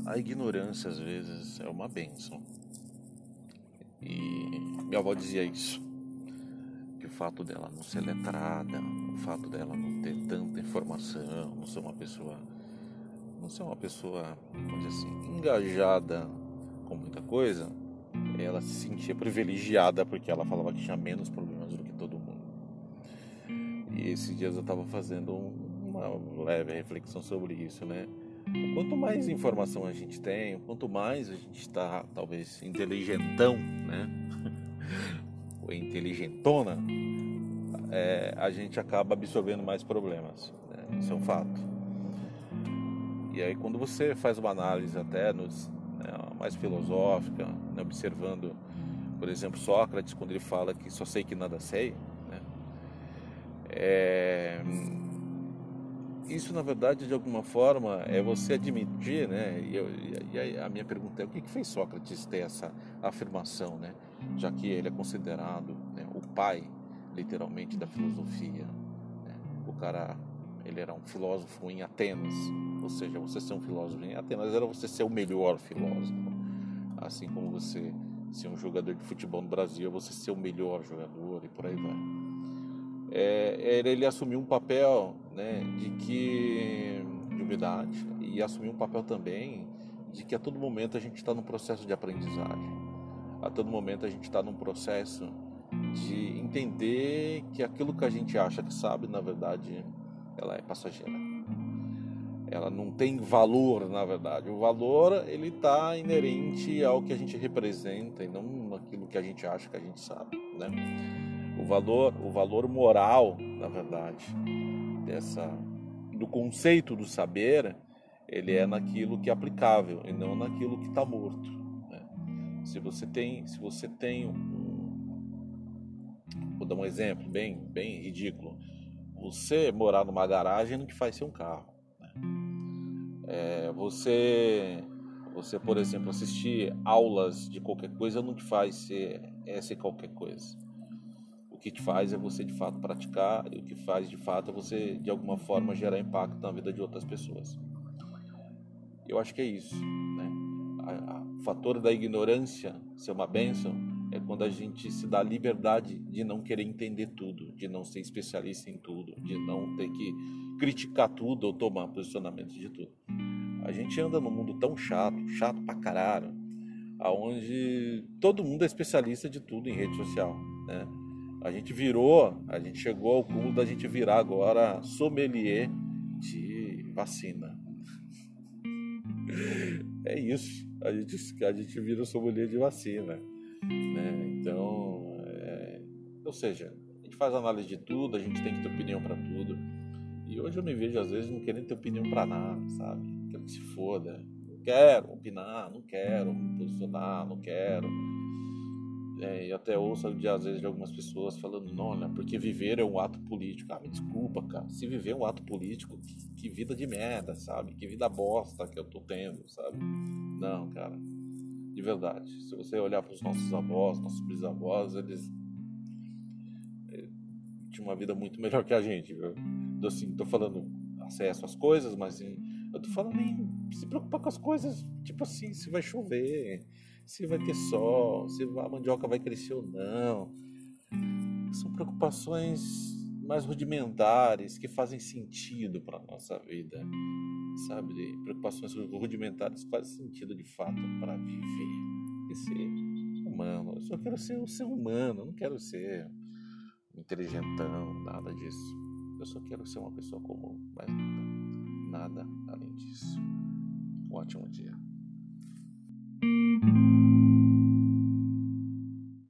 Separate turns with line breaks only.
A ignorância às vezes é uma bênção. E minha avó dizia isso, que o fato dela não ser letrada, o fato dela não ter tanta informação, não ser uma pessoa, vamos dizer assim, engajada com muita coisa, ela se sentia privilegiada porque ela falava que tinha menos problemas do que todo mundo. E esses dias eu estava fazendo uma leve reflexão sobre isso, né? Quanto mais informação a gente tem, quanto mais a gente está, talvez, inteligentão, né? Ou inteligentona, a gente acaba absorvendo mais problemas, né? Isso é um fato. E aí quando você faz uma análise até mais filosófica, né? Observando, por exemplo, Sócrates, quando ele fala que só sei que nada sei, né? Isso, na verdade, de alguma forma, é você admitir, né? E a minha pergunta é: o que fez Sócrates ter essa afirmação, né? Já que ele é considerado, né, o pai, literalmente, da filosofia, né? O cara, ele era um filósofo em Atenas. Ou seja, você ser um filósofo em Atenas era você ser o melhor filósofo. Assim como você ser um jogador de futebol no Brasil, é você ser o melhor jogador e por aí vai. Ele assumiu um papel, né, de humildade, e assumiu um papel também de que a todo momento a gente está num processo de aprendizagem, a todo momento a gente está num processo de entender que aquilo que a gente acha que sabe, na verdade, ela é passageira, ela não tem valor, na verdade. O valor, ele está inerente ao que a gente representa e não aquilo que a gente acha que a gente sabe, né? O valor moral, na verdade, do conceito do saber, ele é naquilo que é aplicável e não naquilo que está morto, né? Vou dar um exemplo bem ridículo. Você morar numa garagem não te faz ser um carro, né? Você, por exemplo, assistir aulas de qualquer coisa não te faz ser qualquer coisa. O que te faz é você de fato praticar, e o que faz de fato é você de alguma forma gerar impacto na vida de outras pessoas. Eu acho que é isso, né? O fator da ignorância ser uma bênção é quando a gente se dá a liberdade de não querer entender tudo, de não ser especialista em tudo, de não ter que criticar tudo ou tomar posicionamento de tudo. A gente anda num mundo tão chato pra caralho, aonde todo mundo é especialista de tudo em rede social, né? A gente chegou ao cúmulo da gente virar agora sommelier de vacina. É isso, a gente vira sommelier de vacina, né? Então, ou seja, a gente faz análise de tudo, a gente tem que ter opinião para tudo. E hoje eu me vejo às vezes não querendo ter opinião para nada, sabe? Quero que se foda. Não quero opinar, não quero me posicionar, não quero. E até ouço às vezes de algumas pessoas falando: não, olha, porque viver é um ato político. Me desculpa, cara, se viver é um ato político, que vida de merda, sabe? Que vida bosta que eu tô tendo, sabe? Não, cara, de verdade, se você olhar para os nossos avós, nossos bisavós, eles tinham uma vida muito melhor que a gente, viu? Assim, tô falando acesso às coisas, mas eu tô falando em se preocupar com as coisas, tipo assim, se vai chover, se vai ter sol, se a mandioca vai crescer ou não. São preocupações mais rudimentares que fazem sentido para nossa vida, sabe? Preocupações rudimentares que fazem sentido de fato para viver e ser humano. Eu só quero ser um ser humano, eu não quero ser um inteligentão, nada disso. Eu só quero ser uma pessoa comum, mas nada além disso. Um ótimo dia.